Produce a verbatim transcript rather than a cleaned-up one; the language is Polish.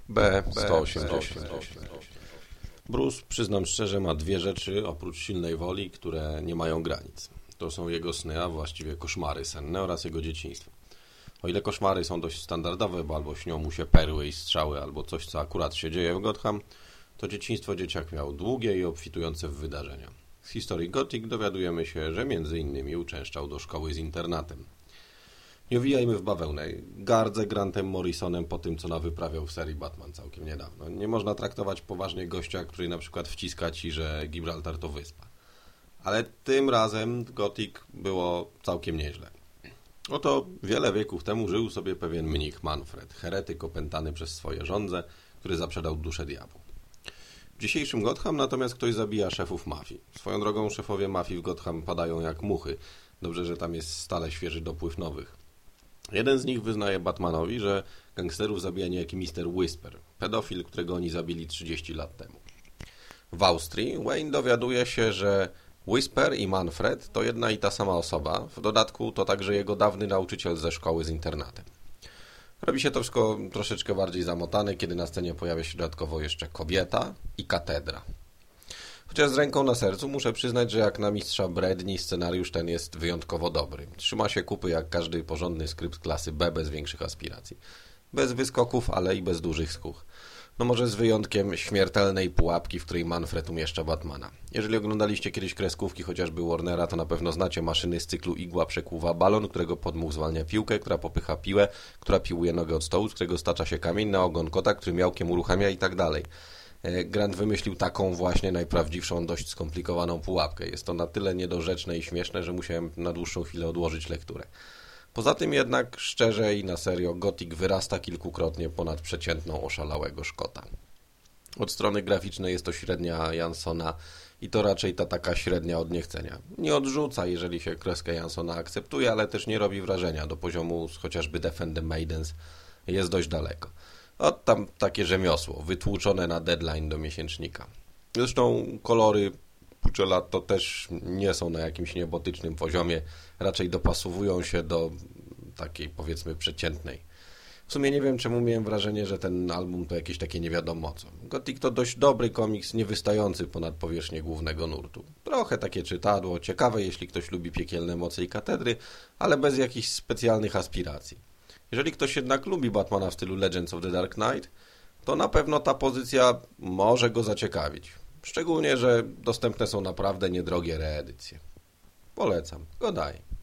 B sto osiemdziesiąt. Bruce, przyznam szczerze, ma dwie rzeczy oprócz silnej woli, które nie mają granic. To są jego sny, a właściwie koszmary senne oraz jego dzieciństwo. O ile koszmary są dość standardowe, bo albo śnią mu się perły i strzały, albo coś, co akurat się dzieje w Gotham, to dzieciństwo dzieciak miał długie i obfitujące w wydarzenia. Z historii Gothic dowiadujemy się, że między innymi uczęszczał do szkoły z internatem. Nie owijajmy w bawełnę. Gardzę Grantem Morrisonem po tym, co nawyprawiał w serii Batman całkiem niedawno. Nie można traktować poważnie gościa, który na przykład wciska ci, że Gibraltar to wyspa. Ale tym razem w Gothic było całkiem nieźle. Oto wiele wieków temu żył sobie pewien mnich Manfred, heretyk opętany przez swoje żądze, który zaprzedał duszę diabłu. W dzisiejszym Gotham natomiast ktoś zabija szefów mafii. Swoją drogą szefowie mafii w Gotham padają jak muchy. Dobrze, że tam jest stale świeży dopływ nowych. Jeden z nich wyznaje Batmanowi, że gangsterów zabija niejaki mister Whisper, pedofil, którego oni zabili trzydzieści lat temu. W Austrii Wayne dowiaduje się, że Whisper i Manfred to jedna i ta sama osoba, w dodatku to także jego dawny nauczyciel ze szkoły z internatem. Robi się to wszystko troszeczkę bardziej zamotane, kiedy na scenie pojawia się dodatkowo jeszcze kobieta i katedra. Chociaż z ręką na sercu muszę przyznać, że jak na mistrza bredni scenariusz ten jest wyjątkowo dobry. Trzyma się kupy jak każdy porządny skrypt klasy B bez większych aspiracji. Bez wyskoków, ale i bez dużych skuch. No może z wyjątkiem śmiertelnej pułapki, w której Manfred umieszcza Batmana. Jeżeli oglądaliście kiedyś kreskówki chociażby Warnera, to na pewno znacie maszyny z cyklu igła przekłuwa balon, którego podmuch zwalnia piłkę, która popycha piłę, która piłuje nogę od stołu, z którego stacza się kamień na ogon kota, który miałkiem uruchamia i tak dalej. Grant wymyślił taką właśnie najprawdziwszą, dość skomplikowaną pułapkę. Jest to na tyle niedorzeczne i śmieszne, że musiałem na dłuższą chwilę odłożyć lekturę. Poza tym jednak, szczerze i na serio, Gothic wyrasta kilkukrotnie ponad przeciętną oszalałego Szkota. Od strony graficznej jest to średnia Jansona i to raczej ta taka średnia od niechcenia. Nie odrzuca, jeżeli się kreskę Jansona akceptuje, ale też nie robi wrażenia. Do poziomu chociażby Defend the Maidens jest dość daleko. Od tam takie rzemiosło, wytłuczone na deadline do miesięcznika. Zresztą kolory Puccellato też nie są na jakimś niebotycznym poziomie, raczej dopasowują się do takiej, powiedzmy, przeciętnej. W sumie nie wiem, czemu miałem wrażenie, że ten album to jakieś takie nie wiadomo co. Gothic to dość dobry komiks, nie wystający ponad powierzchnię głównego nurtu. Trochę takie czytadło, ciekawe jeśli ktoś lubi piekielne moce i katedry, ale bez jakichś specjalnych aspiracji. Jeżeli ktoś jednak lubi Batmana w stylu Legends of the Dark Knight, to na pewno ta pozycja może go zaciekawić. Szczególnie, że dostępne są naprawdę niedrogie reedycje. Polecam. Godaj.